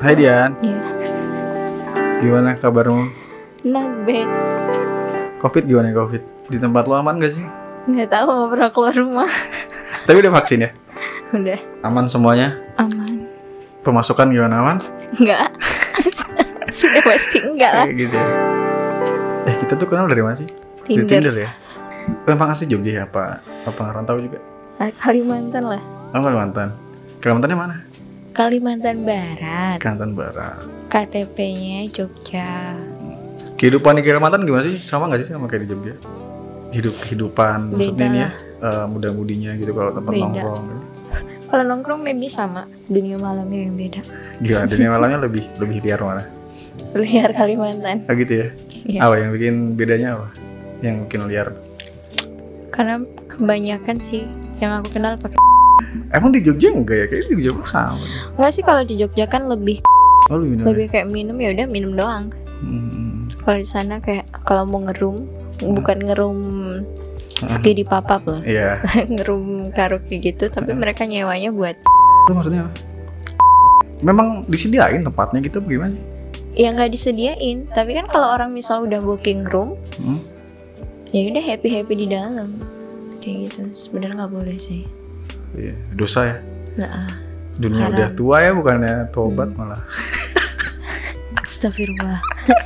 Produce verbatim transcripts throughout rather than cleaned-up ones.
Hai Dian. Iya. Gimana kabarmu? Not bad. Covid gimana ya Covid? Di tempat lo aman gak sih? Nggak tahu, nggak pernah keluar rumah. Tapi udah vaksin ya? Udah. Aman semuanya? Aman. Pemasukan gimana, aman? Enggak. Sudah pasti enggak lah. Kayak gitu ya. Eh kita tuh kenal dari mana sih? Tinder. Dari Tinder ya? Memang asli Jogja ya? Apa, apa rantau juga? Ah, Kalimantan lah. Oh Kalimantan. Kalimantannya mana? Kalimantan Barat. Kalimantan Barat. K T P-nya Jogja. Kehidupan di Kalimantan gimana sih? Sama gak sih sama kayak di Jogja? Hidup kehidupan maksudnya Beda ini ya, lah. uh, muda-mudinya gitu kalau tempat Beda. nongkrong gitu. Kalau nongkrong maybe sama. Dunia malamnya yang beda. Gimana? Dunia malamnya lebih lebih liar mana? Liar Kalimantan. Oh gitu ya? Iya. Apa yang bikin bedanya apa? Yang bikin liar? Karena kebanyakan sih yang aku kenal pakai. Emang di Jogja enggak ya? Kayaknya di Jogja sama. Enggak sih, kalau di Jogja kan lebih Oh lu minum lebih kayak minum, ya udah minum doang. Hmm. Kalau di sana kayak kalau mau ngerum, bukan ngerum ski di papap loh. Iya. Ngerum karaoke gitu, tapi mereka nyewanya buat Itu maksudnya apa? Memang disediain tempatnya gitu gimana sih? ya nggak disediain. Tapi kan kalau orang misal udah booking room, Hmm? ya udah happy happy di dalam kayak gitu. Sebenarnya nggak boleh sih. Iya, dosa ya. Nah, Dunia haram. udah tua ya, bukannya tobat Hmm. malah. Astagfirullah.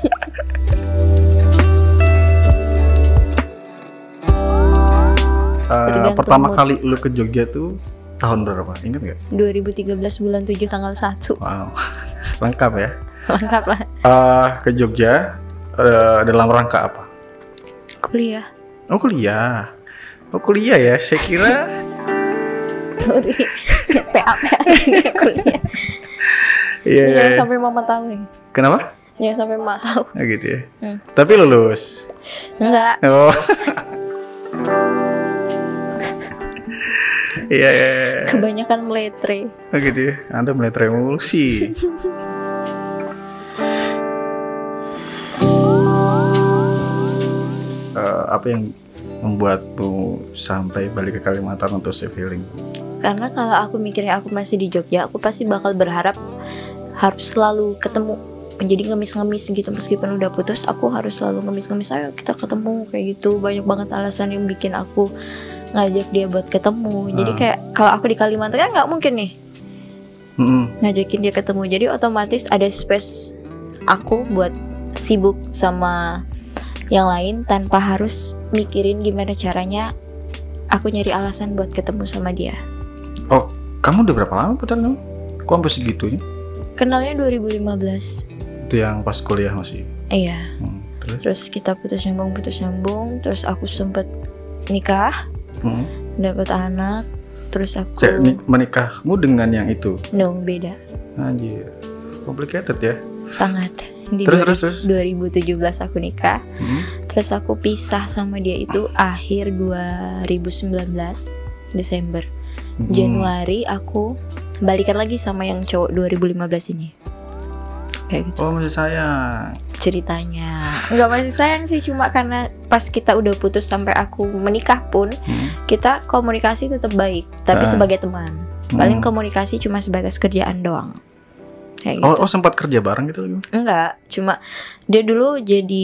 Uh, Tergantung pertama mood. kali lu ke Jogja tuh tahun berapa? Ingat nggak? dua ribu tiga belas bulan tujuh tanggal satu. Wow, lengkap ya. Lengkap lah. Uh, ke Jogja uh, dalam rangka apa? Kuliah. Oh kuliah. Oh kuliah ya. Saya kira. Sorry. P A P A kuliah. Iya. Jangan iya. sampai mama tahu nih. Kenapa? Jangan sampai mama tahu. Oh gitu ya. Hmm. Tapi lulus. Enggak. Oh. Iya iya. iya. Kebanyakan meletre. Oh gitu ya. Anda melihat revolusi. uh, apa yang membuatmu sampai balik ke Kalimantan untuk save healing? Karena kalau aku mikirnya aku masih di Jogja, aku pasti bakal berharap harus selalu ketemu. Jadi ngemis-ngemis gitu, meskipun udah putus, aku harus selalu ngemis-ngemis, ayo kita ketemu kayak gitu. Banyak banget alasan yang bikin aku ngajak dia buat ketemu. Jadi Hmm. kayak kalau aku di Kalimantan kan nggak mungkin nih Mm-mm. ngajakin dia ketemu. Jadi otomatis ada space aku buat sibuk sama yang lain tanpa harus mikirin gimana caranya aku nyari alasan buat ketemu sama dia. Oh, kamu udah berapa lama pacaran kamu? Kok sampai segitunya? Kenalnya dua ribu lima belas. Itu yang pas kuliah masih. Iya. Hmm. Terus? Terus kita putus nyambung putus nyambung. Terus aku sempet nikah, Hmm. dapat anak. Terus aku Cek, ni- menikahmu dengan yang itu? no beda Anjir, complicated ya. sangat. Di Terus, dua- terus, terus. dua ribu tujuh belas aku nikah. Hmm. Terus aku pisah sama dia itu akhir dua ribu sembilan belas Desember. Hmm. Januari aku balikan lagi sama yang cowok dua ribu lima belas ini. Kayak gitu Oh masih sayang. ceritanya. Enggak masih sayang sih, cuma karena pas kita udah putus sampai aku menikah pun Hmm. kita komunikasi tetap baik, tapi Ah. sebagai teman. Hmm. Paling komunikasi cuma sebatas kerjaan doang. Kayak Oh, gitu. oh sempat kerja bareng gitu lagi? Enggak, cuma dia dulu jadi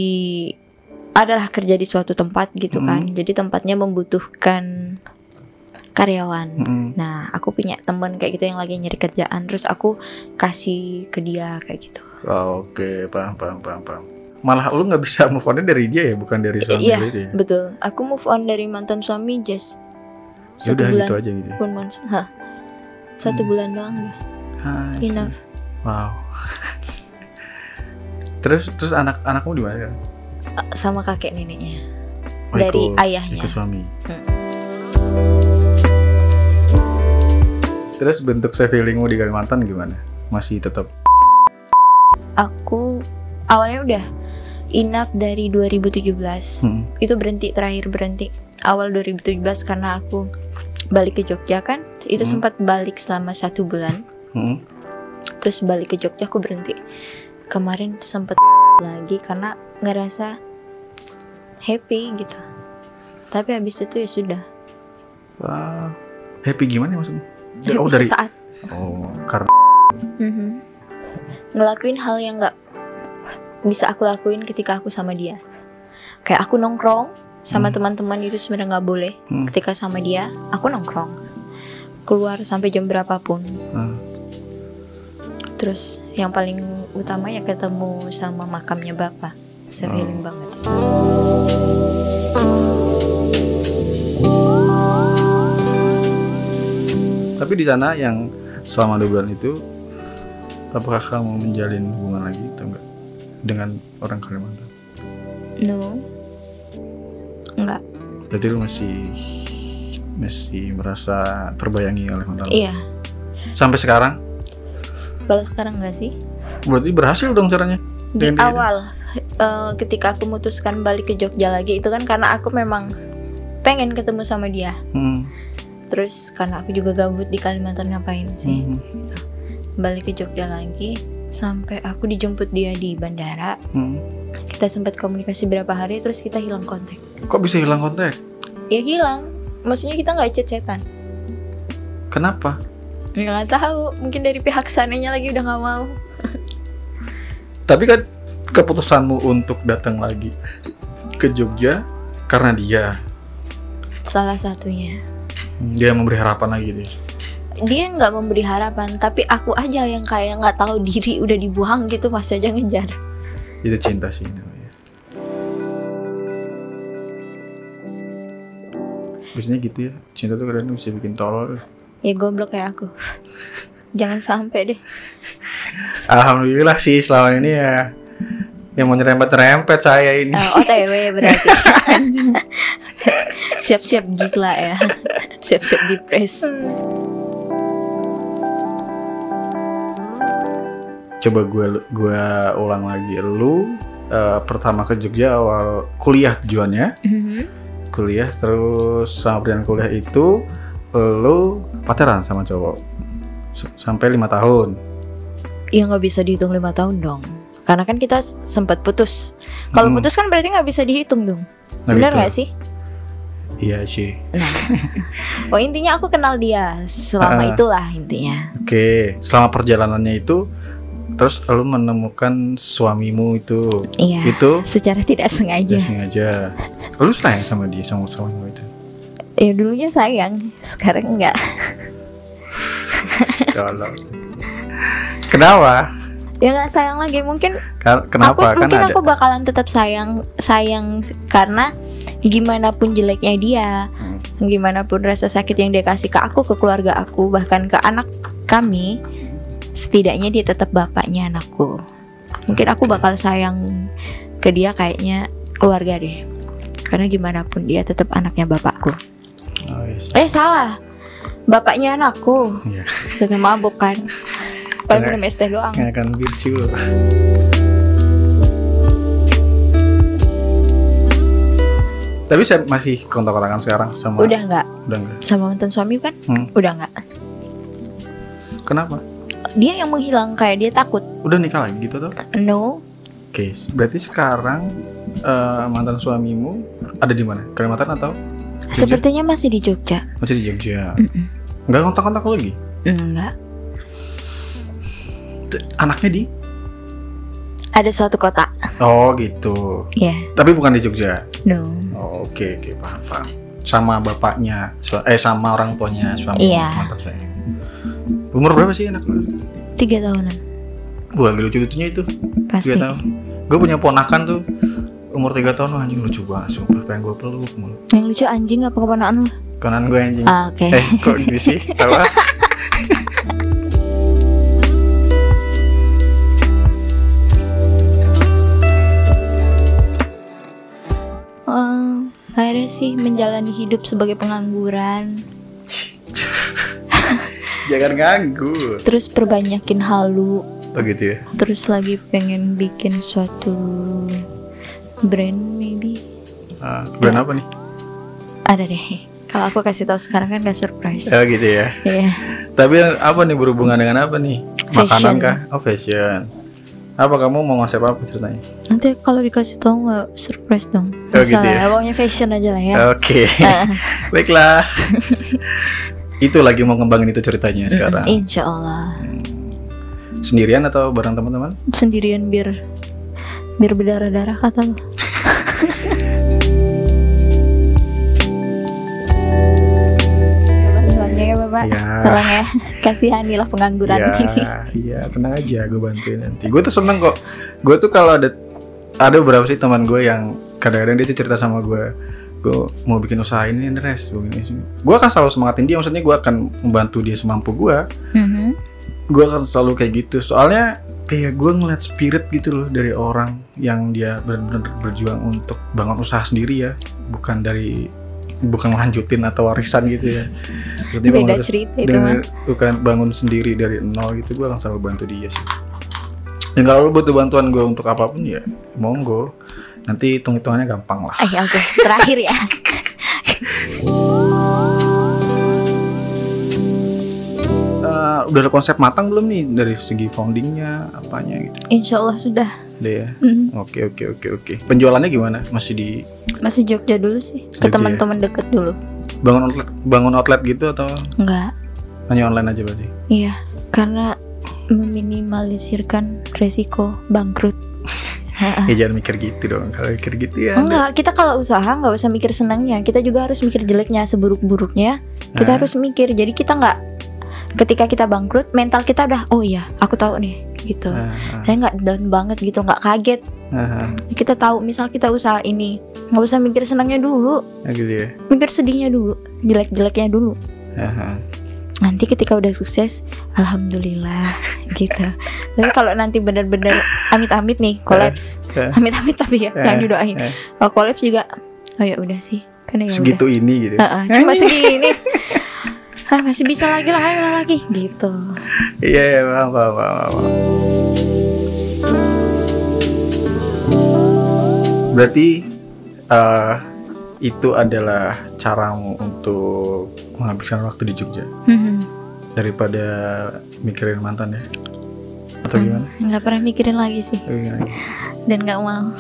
adalah kerja di suatu tempat gitu Hmm. kan. Jadi tempatnya membutuhkan karyawan. Hmm. Nah, aku punya temen kayak gitu yang lagi nyari kerjaan, terus aku kasih ke dia kayak gitu. Oh, Oke, paham, paham, paham, paham. Malah lu nggak bisa move on dari dia ya, bukan dari suami Iya, lu itu ya? betul. Aku move on dari mantan suami just Ya satu udah bulan. gitu aja gitu. One month. Hah. Satu Hmm. bulan doang dah. Anjir. Enough. Wow. terus terus anak-anakmu di mana kan? Sama kakek neneknya. Oh, Dari ikut- ayahnya. Ikut suami. Hmm. Terus bentuk save healingmu di Kalimantan gimana? Masih tetap? Aku awalnya udah enough dari dua ribu tujuh belas. Hmm. Itu berhenti, terakhir berhenti awal dua ribu tujuh belas karena aku balik ke Jogja kan. Itu Hmm. sempat balik selama satu bulan. Hmm. Terus balik ke Jogja aku berhenti. Kemarin sempet lagi karena ngerasa happy gitu. Tapi habis itu ya sudah. Wah. Happy gimana maksudnya? Happy Oh dari. sesaat. Oh karena. Mhm. ngelakuin hal yang nggak bisa aku lakuin ketika aku sama dia. Kayak aku nongkrong sama hmm. teman-teman itu sebenarnya nggak boleh. Hmm. Ketika sama dia, aku nongkrong, keluar sampai jam berapapun. Hmm. Terus yang paling utama ya ketemu sama makamnya bapak. Saya hmm. feeling banget itu. Tapi di sana yang selama dua bulan itu, apakah kamu menjalin hubungan lagi atau enggak dengan orang Kalimantan? No, enggak. Berarti lu masih masih merasa terbayangi oleh mantan? Iya. Sampai sekarang? Kalau sekarang enggak sih. Berarti berhasil dong caranya? Di awal, uh, ketika aku memutuskan balik ke Jogja lagi, itu kan karena aku memang pengen ketemu sama dia. Hmm. Terus karena aku juga gabut di Kalimantan, ngapain sih? Hmm. Balik ke Jogja lagi, sampai aku dijemput dia di bandara. Hmm. Kita sempat komunikasi berapa hari, terus kita hilang kontak. Kok bisa hilang kontak? Ya hilang, maksudnya kita nggak chat-chatan. Kenapa? Ya nggak tahu, mungkin dari pihak sananya lagi udah nggak mau. Tapi kan keputusanmu untuk datang lagi ke Jogja karena dia. Salah satunya. Dia memberi harapan lagi deh. Dia nggak memberi harapan, tapi aku aja yang kayak nggak tahu diri, udah dibuang gitu masih aja ngejar. Itu cinta sih namanya. Biasanya gitu ya, cinta tuh kadang bisa bikin tolol. Ya goblok kayak aku. Jangan sampai deh. Alhamdulillah sih selama ini ya yang mau nyerempet-nyerempet saya ini. Oh, O T W berarti. Siap-siap gila ya. Siap-siap depres. Coba gue gue ulang lagi. Lu uh, pertama ke Jogja awal kuliah tujuannya. Mm-hmm. Kuliah terus sama perjalanan kuliah itu lu pacaran sama cowok sampai lima tahun. Ya nggak bisa dihitung lima tahun dong. Karena kan kita sempat putus. Kalau hmm. putus kan berarti nggak bisa dihitung dong. Nah, benar nggak sih? Iya sih. Nah, oh intinya aku kenal dia selama uh, itulah intinya. Oke, okay. Selama perjalanannya itu, terus lu menemukan suamimu itu. Iya. Itu secara tidak sengaja. Tidak sengaja. Lu sayang sama dia, sama suamimu itu? Ya dulunya sayang, sekarang enggak. Kenapa? Ya nggak sayang lagi mungkin. Kenapa? Aku, kan mungkin ada. aku bakalan tetap sayang sayang karena gimana pun jeleknya dia, hmm. gimana pun rasa sakit yang dia kasih ke aku, ke keluarga aku, bahkan ke anak kami, setidaknya dia tetap bapaknya anakku. Mungkin aku bakal sayang ke dia kayaknya keluarga deh, karena gimana pun dia tetap anaknya bapakku. Oh, yes. Eh salah, bapaknya anakku. Yeah. Dengan mabuk kan. Paling minum es teh doang. Nggak akan birsiul. Tapi saya masih kontak-kontakan sekarang sama. Udah nggak? Udah nggak. Sama mantan suami kan? Hmm. Udah nggak. Kenapa? Dia yang menghilang, kayak dia takut. Udah nikah lagi gitu tuh? No. Oke, okay. Berarti sekarang uh, mantan suamimu ada di mana? Kalimantan atau? Jogja? Sepertinya masih di Jogja. Masih di Jogja. Mm-mm. Nggak kontak-kontak lagi? Enggak. Anaknya di? Ada suatu kota. Oh gitu. Iya. Yeah. Tapi bukan di Jogja. No. Oh, oke okay, oke okay, paham paham. Sama bapaknya, su- eh sama orang tuanya suami yeah. mantan saya. Umur berapa sih anak lu? Tiga tahunan. Gua ambil lucu-lucunya itu. Pasti. Tiga tahun. Gue punya ponakan tuh umur tiga tahun, anjing lucu banget, sumpah pengen gue peluk mulu. Yang lucu anjing apa keponakan lu? Keponakan gue anjing. Ah, oke. Okay. Eh kok gitu sih? Apa? Oh, akhirnya sih menjalani hidup sebagai pengangguran. Jangan ganggu. Terus perbanyakin halu. Oh gitu ya. Terus lagi pengen bikin suatu brand maybe. Uh, brand ya. Apa nih? Ada deh. Kalau aku kasih tahu sekarang kan gak surprise. Oh gitu ya. Iya. Tapi apa nih, berhubungan dengan apa nih? Makanan kah? Oh fashion. Apa kamu mau konsep apa ceritanya? Nanti kalau dikasih tahu nggak surprise dong. Oh gitu ya. Pokoknya fashion aja lah ya. Oke. Okay. Uh. Baiklah. Itu lagi mau ngembangin itu ceritanya sekarang. Insya Allah. Hmm. Sendirian atau bareng teman-teman? Sendirian biar biar berdarah-darah kata lo. Bantuannya ya Bapak, ya. Tolong ya, kasihanilah pengangguran ya, ini. Iya, tenang aja, gue bantuin nanti. Gue tuh seneng kok. Gue tuh kalau ada ada beberapa sih teman gue yang kadang-kadang dia tuh cerita sama gue, gue mau bikin usaha ini Res, gue akan selalu semangatin dia. Maksudnya gue akan membantu dia semampu gue. Mm-hmm. Gue akan selalu kayak gitu. Soalnya kayak gue ngeliat spirit gitu loh dari orang yang dia benar-benar berjuang untuk bangun usaha sendiri ya, bukan dari bukan lanjutin atau warisan gitu ya. Maksudnya beda cerita itu mah. Bukan bangun sendiri dari nol gitu. Gue akan selalu bantu dia sih. Dan kalau lo butuh bantuan gue untuk apapun ya monggo. Nanti hitung-hitungannya gampang lah. Eh oke, okay. Terakhir ya. uh, udah ada konsep matang belum nih dari segi foundingnya apanya gitu? Insya Allah sudah. Udah ya. Oke oke oke oke. Penjualannya gimana? Masih di? Masih Jogja dulu sih. Jogja, ke teman-teman ya? Deket dulu. Bangun outlet, bangun outlet gitu atau? Enggak. Hanya online aja berarti? Iya, karena meminimalisirkan resiko bangkrut. Ya jangan mikir gitu dong. Kalau mikir gitu ya enggak, ada. Kita kalau usaha nggak usah mikir senangnya. Kita juga harus mikir jeleknya, seburuk-buruknya. Kita nah. harus mikir. Jadi kita nggak, ketika kita bangkrut, mental kita udah, oh iya, aku tahu nih, gitu. Nah, saya nggak down banget gitu, nggak kaget. Nah. Kita tahu, misal kita usaha ini, nggak usah mikir senangnya dulu. Nah, gitu ya. Mikir sedihnya dulu, jelek-jeleknya dulu. Nah. Nanti ketika udah sukses, alhamdulillah gitu. Tapi kalau nanti benar-benar amit-amit nih kolaps, amit-amit tapi ya yang didoain. Kalau kolaps juga, oh ya udah sih, karena ya segitu udah. Ini gitu. Uh-uh, cuma segini, ah masih bisa lagi lah, ayo lagi gitu. Iya iya paham paham paham. Berarti uh, itu adalah caramu untuk menghabiskan waktu di Jogja, mm-hmm. daripada mikirin mantan ya, atau hmm, gimana? Nggak pernah mikirin lagi sih, oh, dan nggak mau.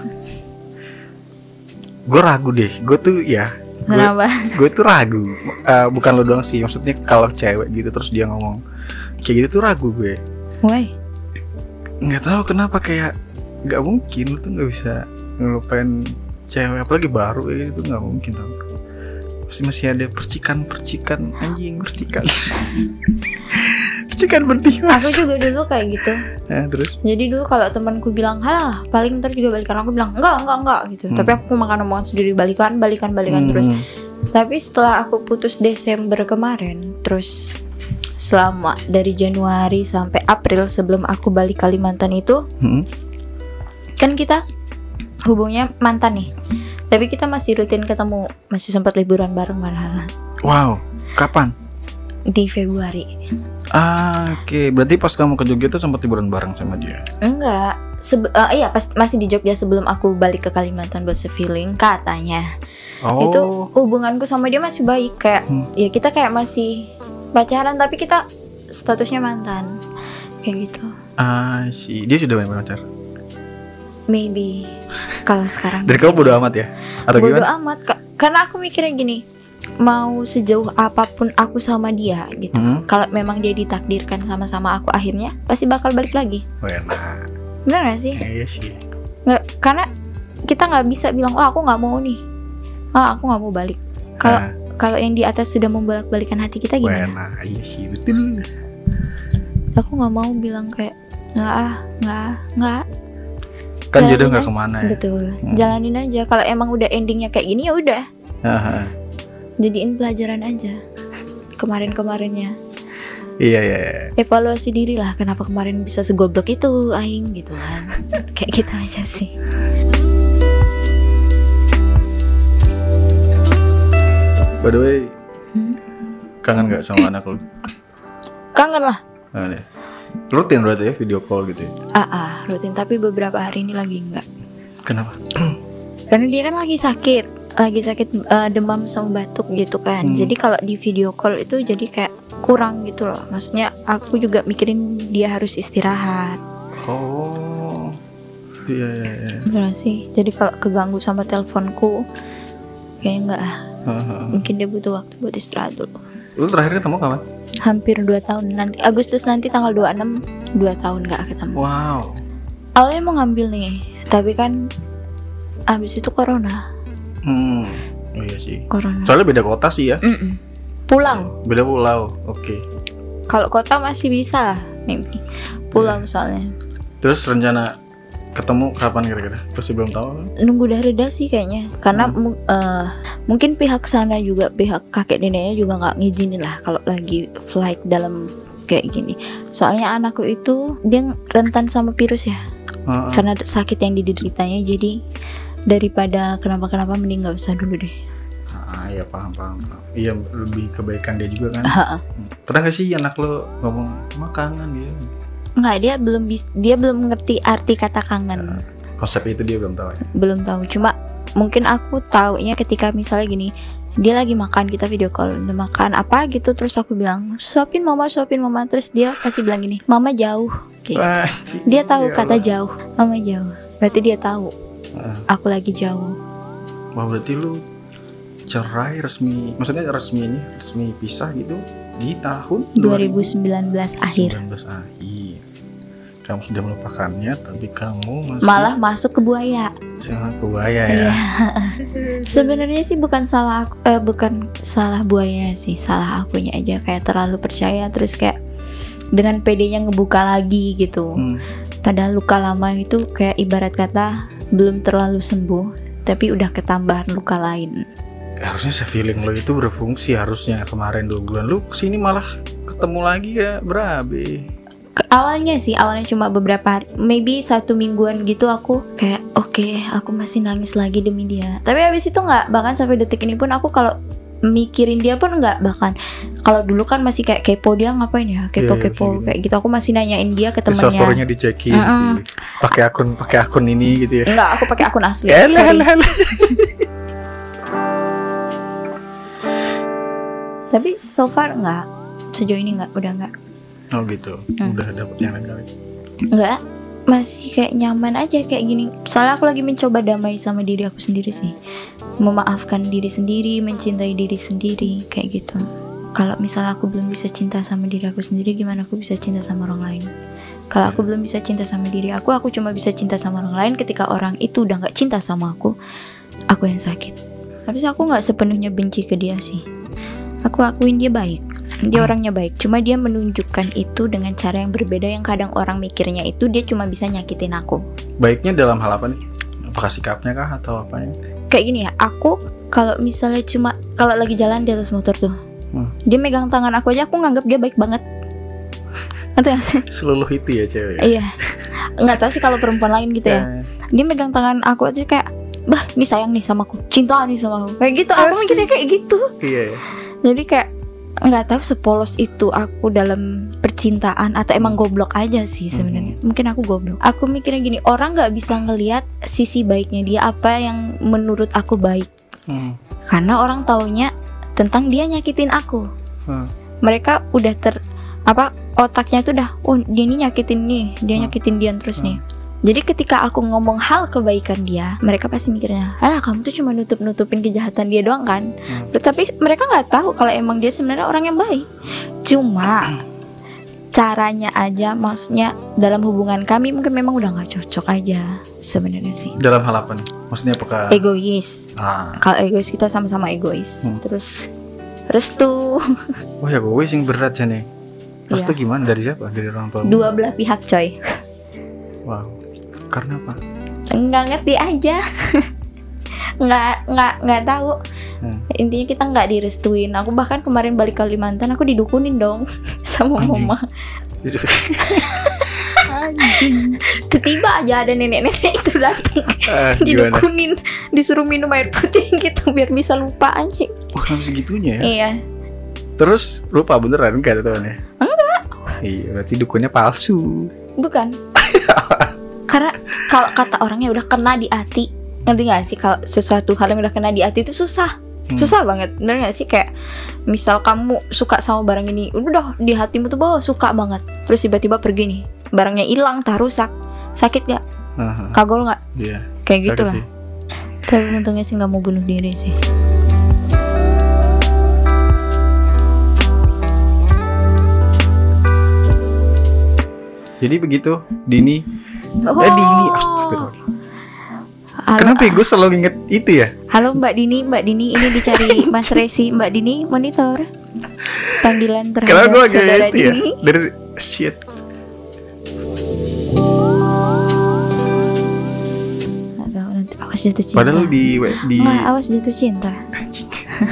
Gue ragu deh, gue tuh ya. Kenapa? Gue tuh ragu, uh, bukan lo doang sih, maksudnya kalau cewek gitu terus dia ngomong kayak gitu tuh ragu gue. Why? Nggak tahu kenapa, kayak nggak mungkin lo tuh nggak bisa ngelupain cewek, apalagi baru ya, itu nggak mungkin tau. Pasti masih ada percikan-percikan anjing, percikan percikan berarti. Aku juga dulu kayak gitu. Nah, terus? Jadi dulu kalau temanku bilang, halah paling ntar juga balikan, aku bilang enggak enggak enggak gitu. Hmm. Tapi aku makan omongan sendiri, balikan balikan balikan hmm. terus. Tapi setelah aku putus Desember kemarin, terus selama dari Januari sampai April sebelum aku balik Kalimantan itu, hmm. kan kita hubungnya mantan nih. Tapi kita masih rutin ketemu, masih sempat liburan bareng bareng. Wow, kapan? Di Februari. Ah, oke. Okay. Berarti pas kamu ke Jogja tuh sempat liburan bareng sama dia? Enggak. Sebe- uh, iya, pas masih di Jogja sebelum aku balik ke Kalimantan buat se-feeling katanya. Oh. Itu hubunganku sama dia masih baik, kayak hmm. ya kita kayak masih pacaran tapi kita statusnya mantan. Kayak gitu. Ah, sih. Dia sudah punya pacar? Maybe kalau sekarang. Dari kamu bodo amat ya? Atau bodo gimana? amat, Kak. Karena aku mikirnya gini, mau sejauh apapun aku sama dia gitu, hmm. kalau memang dia ditakdirkan sama-sama aku, akhirnya pasti bakal balik lagi. Oh, enak. Bener gak sih? Iya sih. Nggak, karena kita nggak bisa bilang, oh aku nggak mau nih, oh aku nggak mau balik. Kalau nah. kalau yang di atas sudah membolak-balikan hati kita gimana? Enak, iya sih, betul. Aku nggak mau bilang kayak nggak ah nggak nggak. Kan jodoh nggak kemana ya. Betul. Hmm. Jalanin aja. Kalau emang udah endingnya kayak gini ya udah. Jadiin pelajaran aja. Kemarin-kemarinnya. Iya iya. Evaluasi diri lah. Kenapa kemarin bisa segoblok itu, aing gitu kan. Kayak gitu aja sih. By the way, hmm? kangen nggak sama anak lu? Kangen lah. Kangen ya. Rutin berarti ya video call gitu ya? Ah, ah, rutin, tapi beberapa hari ini lagi enggak. Kenapa? Karena dia kan lagi sakit, lagi sakit uh, demam sama batuk gitu kan. Hmm. Jadi kalau di video call itu jadi kayak kurang gitu loh. Maksudnya aku juga mikirin dia harus istirahat. Oh, iya iya. iya. Bener sih. Jadi kalau keganggu sama teleponku, kayaknya enggak lah. Uh-huh. Mungkin dia butuh waktu buat istirahat dulu. Lu terakhir ketemu kapan? Hampir dua tahun nanti, Agustus nanti tanggal dua puluh enam Dua tahun gak ketemu. Wow. Awalnya mau ngambil nih, tapi kan abis itu corona. Hmm, oh iya sih. Corona. Soalnya beda kota sih ya. Mm-mm. Pulau. Beda pulau, oke. Okay. Kalau kota masih bisa, maybe. Pulau yeah. Soalnya. Terus rencana ketemu kapan kira-kira? Masih belum tahu? Nunggu udah reda sih kayaknya. Karena hmm. mu- uh, mungkin pihak sana juga, pihak kakek neneknya juga nggak ngizinin lah kalau lagi flight dalam kayak gini. Soalnya anakku itu dia rentan sama virus ya. Uh-uh. Karena sakit yang dideritanya, jadi daripada kenapa-kenapa mending nggak usah dulu deh. Ah ya paham paham. paham. Iya lebih kebaikan dia juga kan. Uh-uh. Pernah nggak sih anak lo ngomong makanan dia? Nggak, dia belum bis, dia belum ngerti arti kata kangen. Uh, konsep itu dia belum tahu ya? Belum tahu. Cuma mungkin aku taunya ketika misalnya gini, dia lagi makan, kita video call, udah makan apa gitu, terus aku bilang suapin mama, suapin mama, terus dia pasti bilang gini, mama jauh, kayak Wah, gitu. Dia tahu kata jauh, mama jauh, berarti dia tahu uh. aku lagi jauh. Wah berarti lu cerai resmi, maksudnya resmi ini resmi pisah gitu di tahun dua ribu sembilan belas akhir. dua ribu sembilan belas akhir. Kamu sudah melupakannya, tapi kamu masih malah masuk ke buaya. Sama ke buaya ya. Sebenarnya sih bukan salah aku, eh, bukan salah buaya sih, salah akunya aja, kayak terlalu percaya, terus kayak dengan pedenya ngebuka lagi gitu. Hmm. Padahal luka lama itu kayak ibarat kata belum terlalu sembuh, tapi udah ketambahan luka lain. Harusnya saya feeling lo itu berfungsi, harusnya kemarin dua bulan lu kesini malah ketemu lagi ya berabe. Awalnya sih, awalnya cuma beberapa hari, maybe satu mingguan gitu aku kayak oke, okay, aku masih nangis lagi demi dia. Tapi habis itu nggak, bahkan sampai detik ini pun aku kalau mikirin dia pun nggak, bahkan kalau dulu kan masih kayak kepo dia ngapain ya, kepo-kepo yeah, yeah, kayak gitu. Aku masih nanyain dia ke temennya. Bisa story-nya dicekin, mm-hmm. pakai akun pakai akun ini gitu ya? Enggak, aku pakai akun asli. Tapi so far nggak, sejauh ini nggak, udah nggak. Oh gitu, hmm. udah dapet yang lain kali? Enggak, masih kayak nyaman aja kayak gini. Soalnya aku lagi mencoba damai sama diri aku sendiri sih, memaafkan diri sendiri, mencintai diri sendiri kayak gitu. Kalau misalnya aku belum bisa cinta sama diri aku sendiri, gimana aku bisa cinta sama orang lain? Kalau aku belum bisa cinta sama diri aku, aku cuma bisa cinta sama orang lain ketika orang itu udah nggak cinta sama aku, aku yang sakit. Tapi aku nggak sepenuhnya benci ke dia sih. Aku akuin dia baik, dia orangnya baik. Cuma dia menunjukkan itu dengan cara yang berbeda, yang kadang orang mikirnya itu dia cuma bisa nyakitin aku. Baiknya dalam hal apa nih? Apakah sikapnya kah atau apanya? Kayak gini ya, aku kalau misalnya cuma kalau lagi jalan di atas motor tuh, hmm. dia megang tangan aku aja, aku nganggap dia baik banget. Ngerti gak sih? Seluluh itu ya cewek. Iya. Nggak tahu sih kalau perempuan lain gitu ya. Dia megang tangan aku aja kayak, bah, ini sayang nih sama aku, cinta nih sama aku. Kayak gitu, aku mikirnya kayak gitu. Iya. Jadi kayak nggak tahu sepolos itu aku dalam percintaan atau emang goblok aja sih sebenarnya. Mm-hmm. Mungkin aku goblok. Aku mikirnya gini, orang nggak bisa ngelihat sisi baiknya dia, apa yang menurut aku baik. Mm. Karena orang taunya tentang dia nyakitin aku. Mm. Mereka udah ter apa otaknya tuh udah, oh dia ini nyakitin nih, dia mm. nyakitin dia terus mm. nih. Jadi ketika aku ngomong hal kebaikan dia, mereka pasti mikirnya, alah kamu tuh cuma nutup-nutupin kejahatan dia doang kan. hmm. Tapi mereka gak tahu kalau emang dia sebenarnya orang yang baik. Cuma caranya aja, maksudnya dalam hubungan kami mungkin memang udah gak cocok aja sebenarnya sih. Dalam hal apa nih? Maksudnya apakah egois? ah. Kalau egois, kita sama-sama egois. hmm. Terus restu. Wah ya egois yang berat ya nih. Restu ya. Gimana? Dari siapa? Dari orang tua? Dua belah pihak coy. Wow. Karena apa? Nggak ngerti aja. nggak nggak nggak tahu. hmm. Intinya kita nggak direstuin. Aku bahkan kemarin balik Kalimantan, aku didukunin dong sama Anjing. mama. Anjing. Tiba-tiba aja ada nenek-nenek itu datang, ah, didukunin, disuruh minum air putih gitu biar bisa lupa anjing. Wah, oh, segitunya ya? Iya. Terus lupa beneran enggak teman-teman? Enggak. Iya, berarti dukunnya palsu. Bukan. Karena kalau kata orangnya udah kena di hati, ngerti gak sih, kalau sesuatu hal yang udah kena di hati itu susah. hmm. Susah banget, bener gak sih? Kayak misal kamu suka sama barang ini, udah di hatimu tuh bahwa suka banget, terus tiba-tiba pergi nih, barangnya hilang, tak rusak, sakit gak? Uh-huh. Kagol gak? Iya. Kayak gitu lah. Tapi untungnya sih gak mau bunuh diri sih. Jadi begitu, Dini. Oh. Eh Dini, astagfirullah. Halo, Kenapa ya gue selalu inget itu ya? Halo Mbak Dini, Mbak Dini ini dicari Mas Resi. Mbak Dini monitor panggilan Karena terhadap gue agak saudara itu ya. Dini. Dari shit. Nggak tahu nanti awas jatuh cinta. Padahal di di. Nggak, awas jatuh cinta. Anjing.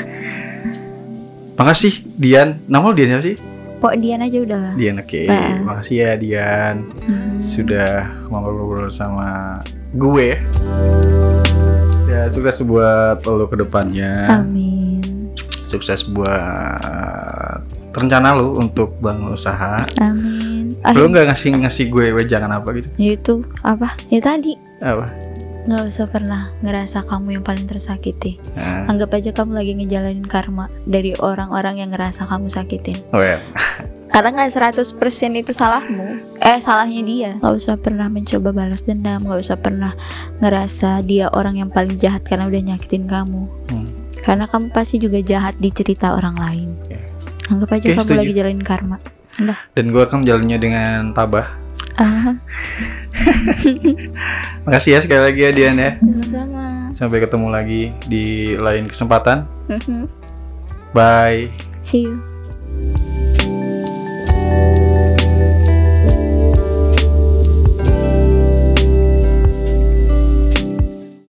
Makasih Dian. Nama lu Dian siapa sih? Pok Dian aja udah lah. Dian, oke. Okay. Nah. Makasih ya Dian. Hmm. Sudah mau ngobrol sama gue. Ya, sukses buat lo ke depannya. Amin. Sukses buat rencana lo untuk bangun usaha. Amin. Lo nggak ngasih ngasih gue wejangan apa gitu? Ya itu apa? Ya tadi. Apa? Nggak usah pernah ngerasa kamu yang paling tersakiti. Nah. Anggap aja kamu lagi ngejalanin karma dari orang-orang yang ngerasa kamu sakitin. Oh ya. Karena nggak seratus persen itu salahmu. Eh salahnya dia. Nggak usah pernah mencoba balas dendam. Nggak usah pernah ngerasa dia orang yang paling jahat karena udah nyakitin kamu. Hmm. Karena kamu pasti juga jahat di cerita orang lain. Okay. Anggap aja Okay, kamu setuju. lagi jalanin karma. Udah. Dan gue akan menjalannya dengan tabah. Ah, Makasih ya sekali lagi ya Dian ya. sama-sama. Sampai ketemu lagi di lain kesempatan. Mhm. Bye. See you.